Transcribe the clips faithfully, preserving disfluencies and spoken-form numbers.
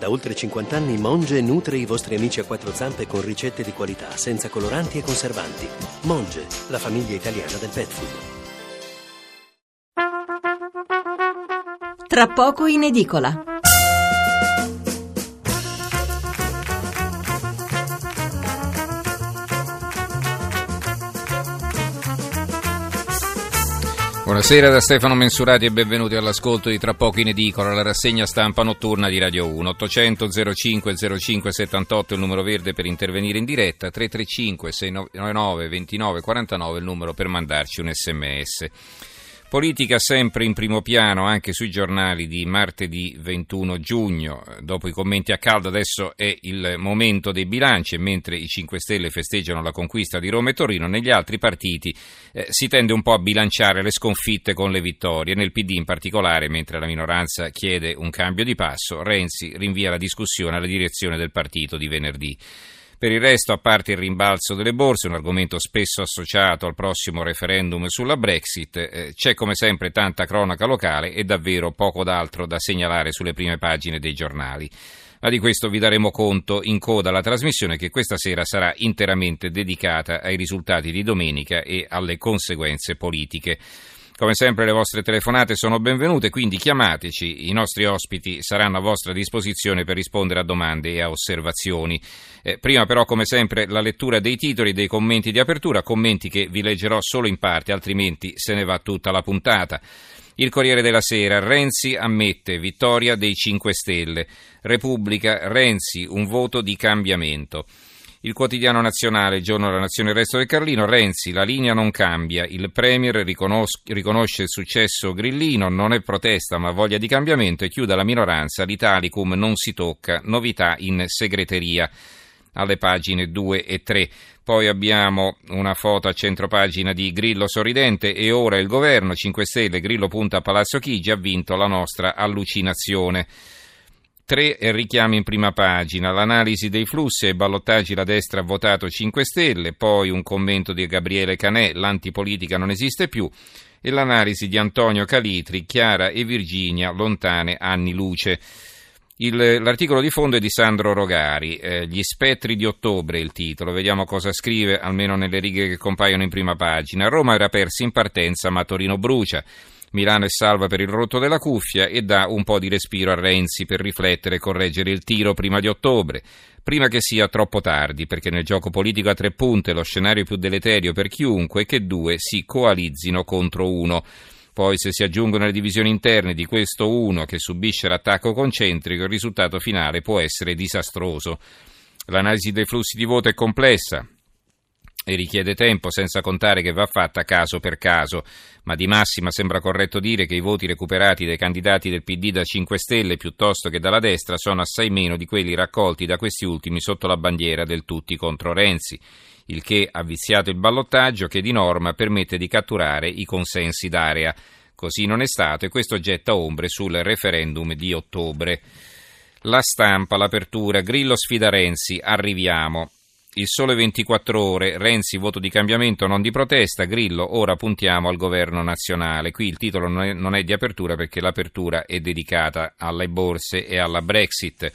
Da oltre cinquanta anni Monge nutre i vostri amici a quattro zampe con ricette di qualità, senza coloranti e conservanti. Monge, la famiglia italiana del pet food. Tra poco in edicola. Buonasera da Stefano Mensurati e benvenuti all'ascolto di Tra poco in edicola, la rassegna stampa notturna di Radio uno. ottocento zero cinque zero cinque settantotto il numero verde per intervenire in diretta, tre tre cinque sei nove nove due nove quattro nove il numero per mandarci un sms. Politica sempre in primo piano anche sui giornali di martedì ventuno giugno. Dopo i commenti a caldo adesso è il momento dei bilanci e mentre i cinque Stelle festeggiano la conquista di Roma e Torino, negli altri partiti eh, si tende un po' a bilanciare le sconfitte con le vittorie. Nel P D in particolare, mentre la minoranza chiede un cambio di passo, Renzi rinvia la discussione alla direzione del partito di venerdì. Per il resto, a parte il rimbalzo delle borse, un argomento spesso associato al prossimo referendum sulla Brexit, eh, c'è come sempre tanta cronaca locale e davvero poco d'altro da segnalare sulle prime pagine dei giornali. Ma di questo vi daremo conto in coda alla trasmissione che questa sera sarà interamente dedicata ai risultati di domenica e alle conseguenze politiche. Come sempre le vostre telefonate sono benvenute, quindi chiamateci, i nostri ospiti saranno a vostra disposizione per rispondere a domande e a osservazioni. Eh, prima però come sempre la lettura dei titoli, dei commenti di apertura, commenti che vi leggerò solo in parte, altrimenti se ne va tutta la puntata. Il Corriere della Sera, Renzi ammette vittoria dei cinque Stelle. Repubblica, Renzi un voto di cambiamento. Il Quotidiano Nazionale, Giorno della Nazione, il Resto del Carlino, Renzi, la linea non cambia, il Premier riconos- riconosce il successo grillino, non è protesta ma voglia di cambiamento e chiude la minoranza, l'Italicum non si tocca, novità in segreteria, alle pagine due e tre. Poi abbiamo una foto a centropagina di Grillo sorridente e ora il governo, cinque Stelle, Grillo punta a Palazzo Chigi, ha vinto la nostra allucinazione. Tre richiami in prima pagina, l'analisi dei flussi e i ballottaggi, la destra ha votato cinque Stelle, poi un commento di Gabriele Canè, l'antipolitica non esiste più, e l'analisi di Antonio Calitri, Chiara e Virginia, lontane anni luce. Il, l'articolo di fondo è di Sandro Rogari, eh, Gli spettri di ottobre il titolo, vediamo cosa scrive, almeno nelle righe che compaiono in prima pagina. Roma era persa in partenza ma Torino brucia. Milano è salva per il rotto della cuffia e dà un po' di respiro a Renzi per riflettere e correggere il tiro prima di ottobre, prima che sia troppo tardi, perché nel gioco politico a tre punte lo scenario più deleterio per chiunque è che due si coalizzino contro uno. Poi se si aggiungono le divisioni interne di questo uno che subisce l'attacco concentrico, il risultato finale può essere disastroso. L'analisi dei flussi di voto è complessa e richiede tempo, senza contare che va fatta caso per caso, ma di massima sembra corretto dire che i voti recuperati dai candidati del P D da cinque Stelle piuttosto che dalla destra sono assai meno di quelli raccolti da questi ultimi sotto la bandiera del tutti contro Renzi, il che ha viziato il ballottaggio che di norma permette di catturare i consensi d'area. Così non è stato e questo getta ombre sul referendum di ottobre. La Stampa, l'apertura, Grillo sfida Renzi, arriviamo. Il Sole ventiquattro ore, Renzi voto di cambiamento non di protesta, Grillo ora puntiamo al governo nazionale. Qui il titolo non è, non è di apertura perché l'apertura è dedicata alle borse e alla Brexit.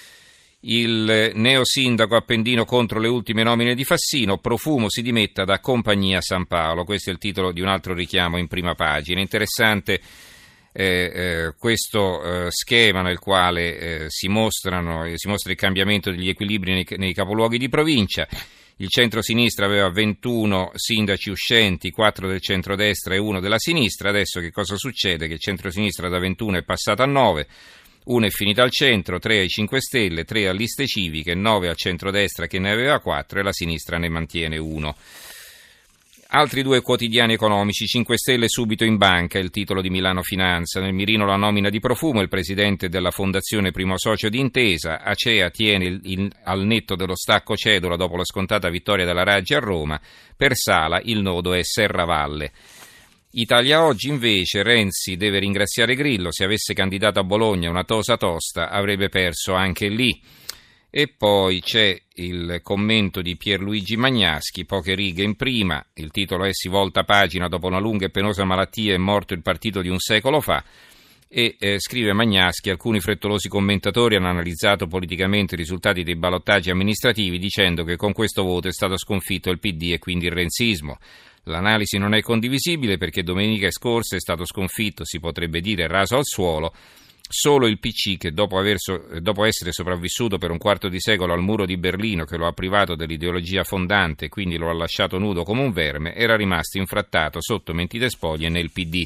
Il neosindaco appendino contro le ultime nomine di Fassino, Profumo si dimetta da Compagnia San Paolo, questo è il titolo di un altro richiamo in prima pagina. Interessante Eh, eh, questo eh, schema nel quale eh, si mostrano eh, si mostra il cambiamento degli equilibri nei, nei capoluoghi di provincia. Il centro-sinistra aveva ventuno sindaci uscenti, quattro del centrodestra e uno della sinistra. Adesso che cosa succede? Che il centro-sinistra da ventuno è passato a nove, uno è finito al centro, tre ai cinque Stelle, tre a liste civiche, nove al centrodestra che ne aveva quattro e la sinistra ne mantiene uno. Altri due quotidiani economici, cinque Stelle subito in banca, il titolo di Milano Finanza, nel mirino la nomina di Profumo, il presidente della Fondazione Primo Socio di Intesa, Acea tiene il, il, al netto dello stacco cedola dopo la scontata vittoria della Raggi a Roma, per Sala il nodo è Serravalle. Italia Oggi invece, Renzi deve ringraziare Grillo, se avesse candidato a Bologna una tosa tosta avrebbe perso anche lì. E poi c'è il commento di Pierluigi Magnaschi, poche righe in prima, il titolo è Si volta pagina, dopo una lunga e penosa malattia è morto il partito di un secolo fa, E eh, scrive Magnaschi, alcuni frettolosi commentatori hanno analizzato politicamente i risultati dei ballottaggi amministrativi dicendo che con questo voto è stato sconfitto il P D e quindi il renzismo. L'analisi non è condivisibile perché domenica scorsa è stato sconfitto, si potrebbe dire raso al suolo, solo il P C che dopo, aver so- dopo essere sopravvissuto per un quarto di secolo al muro di Berlino che lo ha privato dell'ideologia fondante e quindi lo ha lasciato nudo come un verme, era rimasto infrattato sotto mentite spoglie nel P D.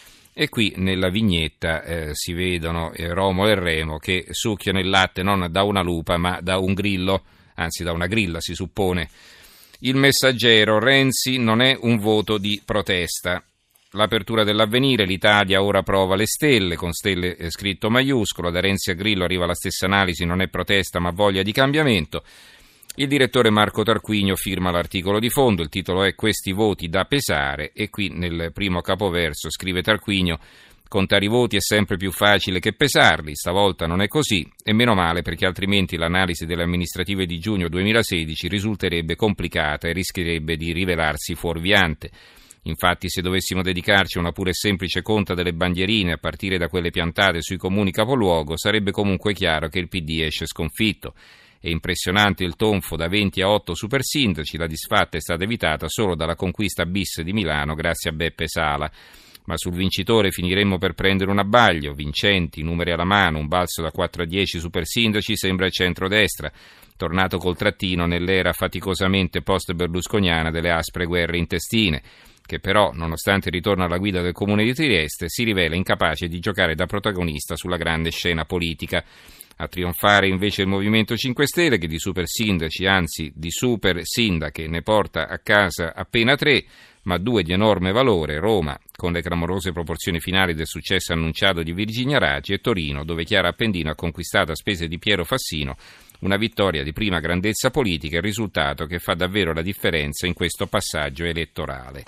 E qui nella vignetta eh, si vedono eh, Romolo e Remo che succhiano il latte non da una lupa ma da un grillo, anzi da una grilla si suppone. Il Messaggero, Renzi non è un voto di protesta. L'apertura dell'Avvenire, l'Italia ora prova le stelle, con stelle eh, scritto maiuscolo, da Renzi a Grillo arriva la stessa analisi, non è protesta ma voglia di cambiamento. Il direttore Marco Tarquinio firma l'articolo di fondo, il titolo è Questi voti da pesare e qui nel primo capoverso scrive Tarquinio: contare i voti è sempre più facile che pesarli, stavolta non è così e meno male perché altrimenti l'analisi delle amministrative di giugno duemilasedici risulterebbe complicata e rischierebbe di rivelarsi fuorviante. Infatti se dovessimo dedicarci a una pura e semplice conta delle bandierine a partire da quelle piantate sui comuni capoluogo sarebbe comunque chiaro che il P D esce sconfitto. È impressionante il tonfo da venti a otto super sindaci, la disfatta è stata evitata solo dalla conquista bis di Milano grazie a Beppe Sala. Ma sul vincitore finiremmo per prendere un abbaglio, vincenti, numeri alla mano, un balzo da quattro a dieci super sindaci sembra il centrodestra, tornato col trattino nell'era faticosamente post-berlusconiana delle aspre guerre intestine, che però, nonostante il ritorno alla guida del comune di Trieste, si rivela incapace di giocare da protagonista sulla grande scena politica. A trionfare invece il Movimento cinque Stelle che di super sindaci, anzi di super sindache, ne porta a casa appena tre, ma due di enorme valore, Roma, con le clamorose proporzioni finali del successo annunciato di Virginia Raggi, e Torino, dove Chiara Appendino ha conquistato a spese di Piero Fassino una vittoria di prima grandezza politica, il risultato che fa davvero la differenza in questo passaggio elettorale.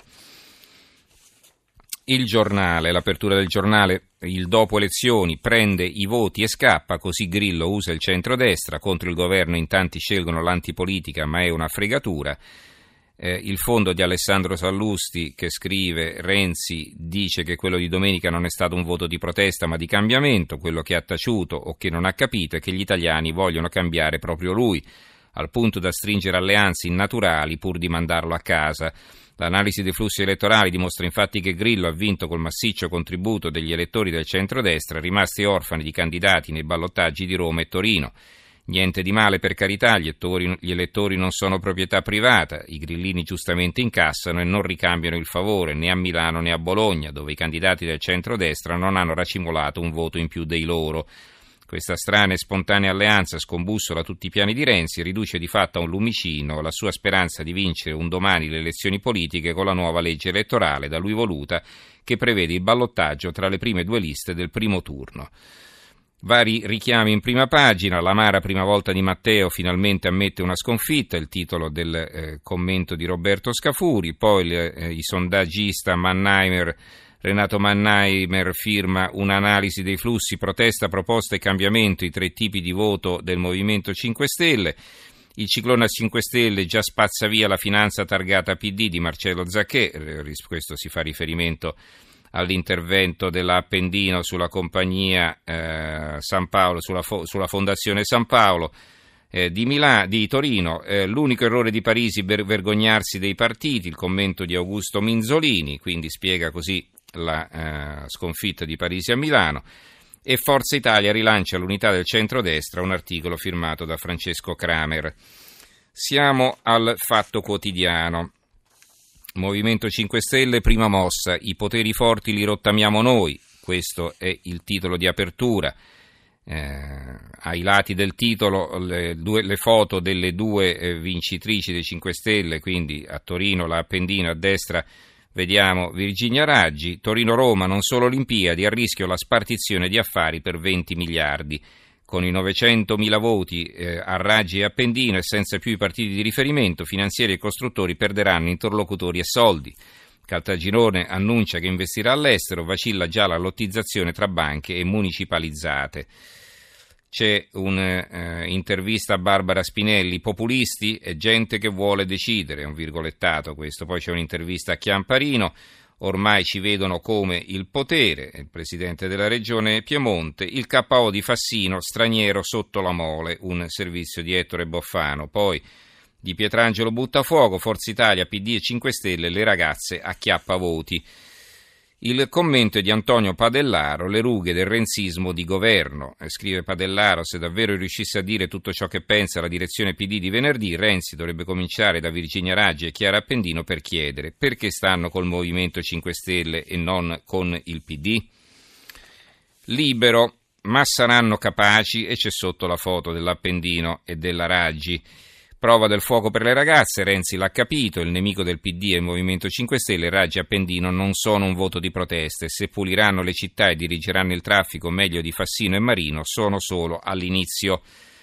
Il Giornale, l'apertura del Giornale, il dopo elezioni prende i voti e scappa, così Grillo usa il centrodestra, contro il governo in tanti scelgono l'antipolitica ma è una fregatura. Eh, il fondo di Alessandro Sallusti che scrive Renzi dice che quello di domenica non è stato un voto di protesta ma di cambiamento, quello che ha taciuto o che non ha capito è che gli italiani vogliono cambiare proprio lui, al punto da stringere alleanze innaturali pur di mandarlo a casa. L'analisi dei flussi elettorali dimostra infatti che Grillo ha vinto col massiccio contributo degli elettori del centrodestra, rimasti orfani di candidati nei ballottaggi di Roma e Torino. Niente di male, per carità, gli elettori, gli elettori non sono proprietà privata, i grillini giustamente incassano e non ricambiano il favore né a Milano né a Bologna, dove i candidati del centrodestra non hanno racimolato un voto in più dei loro. Questa strana e spontanea alleanza scombussola tutti i piani di Renzi e riduce di fatto a un lumicino la sua speranza di vincere un domani le elezioni politiche con la nuova legge elettorale da lui voluta che prevede il ballottaggio tra le prime due liste del primo turno. Vari richiami in prima pagina, l'amara prima volta di Matteo finalmente ammette una sconfitta, il titolo del eh, commento di Roberto Scafuri, poi eh, i sondaggista Mannheimer Renato Mannheimer firma un'analisi dei flussi, protesta, proposta e cambiamento, i tre tipi di voto del Movimento cinque Stelle. Il ciclone a cinque Stelle già spazza via la finanza targata P D di Marcello Zacchè, questo si fa riferimento all'intervento della Appendino sulla compagnia eh, San Paolo, sulla, fo- sulla Fondazione San Paolo. Eh, di, Milano, di Torino, eh, l'unico errore di Parisi per vergognarsi dei partiti, il commento di Augusto Minzolini, quindi spiega così la eh, sconfitta di Parisi a Milano, e Forza Italia rilancia l'unità del centrodestra, un articolo firmato da Francesco Kramer. Siamo al Fatto Quotidiano. Movimento cinque Stelle, prima mossa, i poteri forti li rottamiamo noi, questo è il titolo di apertura. Eh, ai lati del titolo le, due, le foto delle due eh, vincitrici dei cinque Stelle, quindi a Torino la Appendino, a destra vediamo Virginia Raggi. Torino-Roma, non solo Olimpiadi, a rischio la spartizione di affari per venti miliardi. Con i novecentomila voti eh, a Raggi e Appendino e senza più i partiti di riferimento, finanzieri e costruttori perderanno interlocutori e soldi. Caltagirone annuncia che investirà all'estero, vacilla già la lottizzazione tra banche e municipalizzate. C'è un'intervista eh, a Barbara Spinelli, populisti e gente che vuole decidere, un virgolettato questo. Poi c'è un'intervista a Chiamparino, ormai ci vedono come il potere, il presidente della regione Piemonte, il K O di Fassino, straniero sotto la mole, un servizio di Ettore Boffano, poi di Pietrangelo Buttafuoco, Forza Italia, P D e cinque Stelle, le ragazze acchiappa voti. Il commento è di Antonio Padellaro, le rughe del renzismo di governo. Scrive Padellaro, se davvero riuscisse a dire tutto ciò che pensa la direzione P D di venerdì, Renzi dovrebbe cominciare da Virginia Raggi e Chiara Appendino per chiedere perché stanno col Movimento cinque Stelle e non con il P D. Libero, ma saranno capaci, e c'è sotto la foto dell'Appendino e della Raggi. Prova del fuoco per le ragazze, Renzi l'ha capito, il nemico del P D e il Movimento cinque Stelle, Raggi e Appendino non sono un voto di protesta e se puliranno le città e dirigeranno il traffico meglio di Fassino e Marino sono solo all'inizio.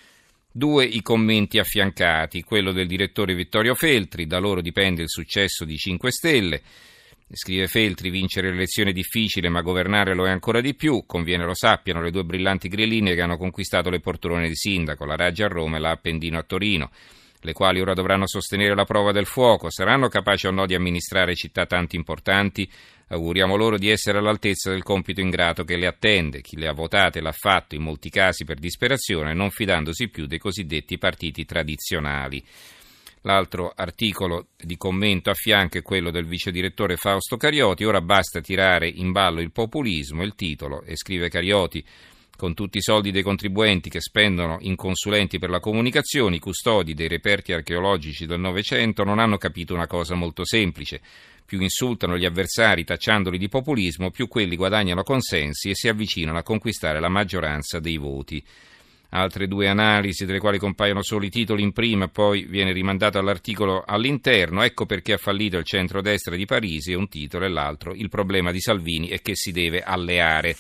Due i commenti affiancati, quello del direttore Vittorio Feltri, da loro dipende il successo di cinque Stelle. Scrive Feltri, vincere le elezioni è difficile ma governare lo è ancora di più, conviene lo sappiano le due brillanti grilline che hanno conquistato le poltrone di sindaco, la Raggi a Roma e la Appendino a Torino, le quali ora dovranno sostenere la prova del fuoco. Saranno capaci o no di amministrare città tanto importanti? Auguriamo loro di essere all'altezza del compito ingrato che le attende. Chi le ha votate l'ha fatto in molti casi per disperazione, non fidandosi più dei cosiddetti partiti tradizionali. L'altro articolo di commento a fianco è quello del vice direttore Fausto Carioti. Ora basta tirare in ballo il populismo, il titolo, e scrive Carioti, con tutti i soldi dei contribuenti che spendono in consulenti per la comunicazione, i custodi dei reperti archeologici del Novecento non hanno capito una cosa molto semplice. Più insultano gli avversari tacciandoli di populismo, più quelli guadagnano consensi e si avvicinano a conquistare la maggioranza dei voti. Altre due analisi, delle quali compaiono solo i titoli in prima, poi viene rimandato all'articolo all'interno. Ecco perché ha fallito il centrodestra di Parisi, e un titolo e l'altro, il problema di Salvini è che si deve alleare.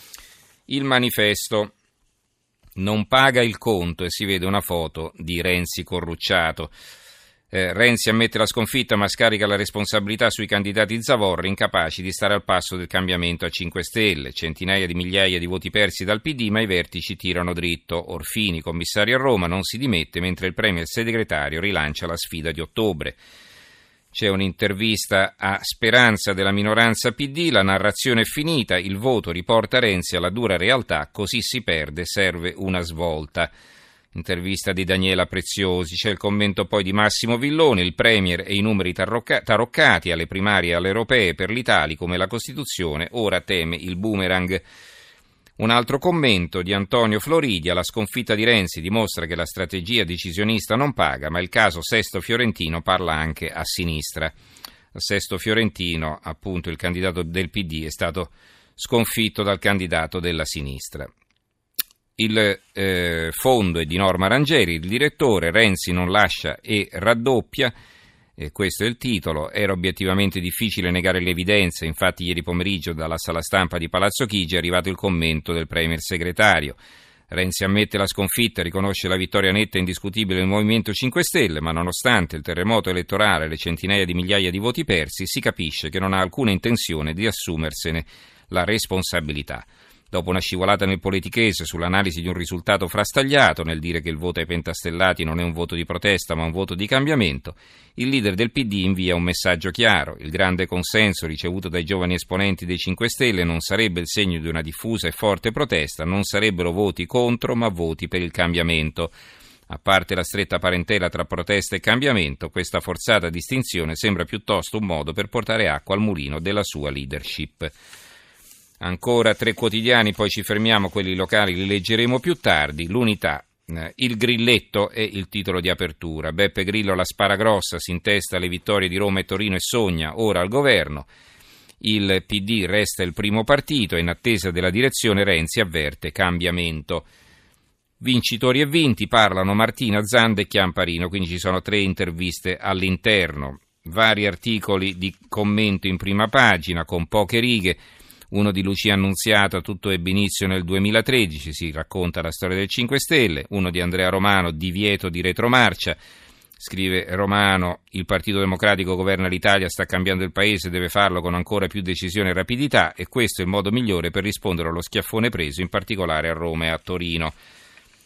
Il Manifesto, non paga il conto, e si vede una foto di Renzi corrucciato. Eh, Renzi ammette la sconfitta ma scarica la responsabilità sui candidati zavorri incapaci di stare al passo del cambiamento a cinque Stelle. Centinaia di migliaia di voti persi dal P D ma i vertici tirano dritto. Orfini, commissario a Roma, non si dimette mentre il premier segretario rilancia la sfida di ottobre. C'è un'intervista a Speranza della minoranza P D, la narrazione è finita, il voto riporta Renzi alla dura realtà, così si perde, serve una svolta. Intervista di Daniela Preziosi, c'è il commento poi di Massimo Villone, il premier e i numeri tarocca- taroccati alle primarie e alle europee per l'Italia come la Costituzione, ora teme il boomerang. Un altro commento di Antonio Floridia, la sconfitta di Renzi dimostra che la strategia decisionista non paga, ma il caso Sesto Fiorentino parla anche a sinistra. Sesto Fiorentino, appunto il candidato del P D, è stato sconfitto dal candidato della sinistra. Il eh, fondo è di Norma Rangeri, il direttore, Renzi non lascia e raddoppia. E questo è il titolo. Era obiettivamente difficile negare le evidenze, infatti ieri pomeriggio dalla sala stampa di Palazzo Chigi è arrivato il commento del premier segretario. Renzi ammette la sconfitta, riconosce la vittoria netta e indiscutibile del Movimento cinque Stelle, ma nonostante il terremoto elettorale e le centinaia di migliaia di voti persi, si capisce che non ha alcuna intenzione di assumersene la responsabilità. Dopo una scivolata nel politichese sull'analisi di un risultato frastagliato, nel dire che il voto ai pentastellati non è un voto di protesta ma un voto di cambiamento, il leader del P D invia un messaggio chiaro. Il grande consenso ricevuto dai giovani esponenti dei cinque Stelle non sarebbe il segno di una diffusa e forte protesta, non sarebbero voti contro ma voti per il cambiamento. A parte la stretta parentela tra protesta e cambiamento, questa forzata distinzione sembra piuttosto un modo per portare acqua al mulino della sua leadership. Ancora tre quotidiani, poi ci fermiamo, quelli locali li leggeremo più tardi. L'Unità, eh, il grilletto è il titolo di apertura. Beppe Grillo la spara grossa, si intesta le vittorie di Roma e Torino e sogna ora al governo. Il P D resta il primo partito e in attesa della direzione Renzi avverte cambiamento. Vincitori e vinti, parlano Martina, Zanda e Chiamparino, quindi ci sono tre interviste all'interno. Vari articoli di commento in prima pagina con poche righe. Uno di Lucia Annunziata, tutto ebbe inizio nel duemilatredici, si racconta la storia del cinque Stelle. Uno di Andrea Romano, divieto di retromarcia. Scrive Romano, il Partito Democratico governa l'Italia, sta cambiando il paese, deve farlo con ancora più decisione e rapidità e questo è il modo migliore per rispondere allo schiaffone preso, in particolare a Roma e a Torino.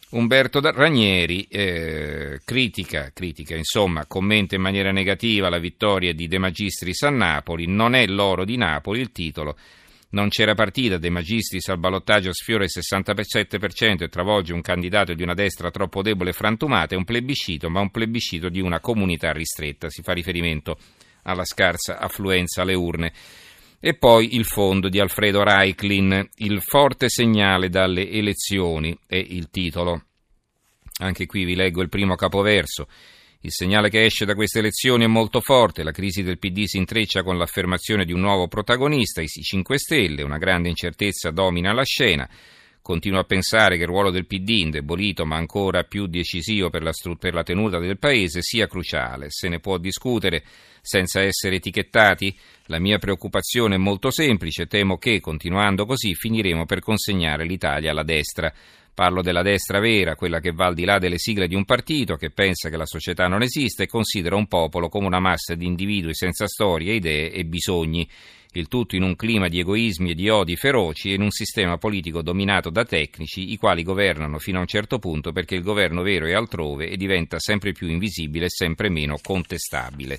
Umberto Ranieri eh, critica, critica, insomma, commenta in maniera negativa la vittoria di De Magistris a Napoli. Non è l'oro di Napoli il titolo. Non c'era partita, De Magistris al ballottaggio sfiora il sessantasette per cento e travolge un candidato di una destra troppo debole e frantumata. È un plebiscito, ma un plebiscito di una comunità ristretta. Si fa riferimento alla scarsa affluenza alle urne. E poi il fondo di Alfredo Reiklin, il forte segnale dalle elezioni è il titolo. Anche qui vi leggo il primo capoverso. Il segnale che esce da queste elezioni è molto forte, la crisi del P D si intreccia con l'affermazione di un nuovo protagonista, i cinque Stelle, una grande incertezza domina la scena. Continuo a pensare che il ruolo del P D, indebolito ma ancora più decisivo per la, stru- per la tenuta del Paese, sia cruciale. Se ne può discutere senza essere etichettati? La mia preoccupazione è molto semplice, temo che, continuando così, finiremo per consegnare l'Italia alla destra. Parlo della destra vera, quella che va al di là delle sigle di un partito, che pensa che la società non esiste e considera un popolo come una massa di individui senza storie, idee e bisogni. Il tutto in un clima di egoismi e di odi feroci e in un sistema politico dominato da tecnici, i quali governano fino a un certo punto perché il governo vero è altrove e diventa sempre più invisibile e sempre meno contestabile.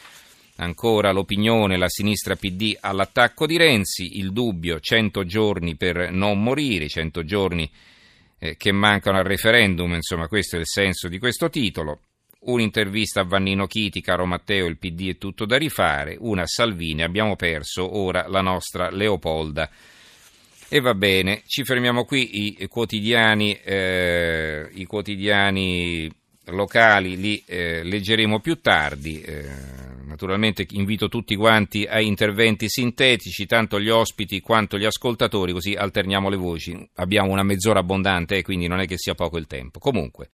Ancora l'opinione, la sinistra P D all'attacco di Renzi, il dubbio, cento giorni per non morire, cento giorni eh, che mancano al referendum, insomma questo è il senso di questo titolo. Un'intervista a Vannino Chiti, caro Matteo, il P D è tutto da rifare, una a Salvini, abbiamo perso, ora la nostra Leopolda. E va bene, ci fermiamo qui, i quotidiani, eh, i quotidiani locali li eh, leggeremo più tardi, eh, naturalmente invito tutti quanti a interventi sintetici, tanto gli ospiti quanto gli ascoltatori, così alterniamo le voci, abbiamo una mezz'ora abbondante e quindi non è che sia poco il tempo. Comunque.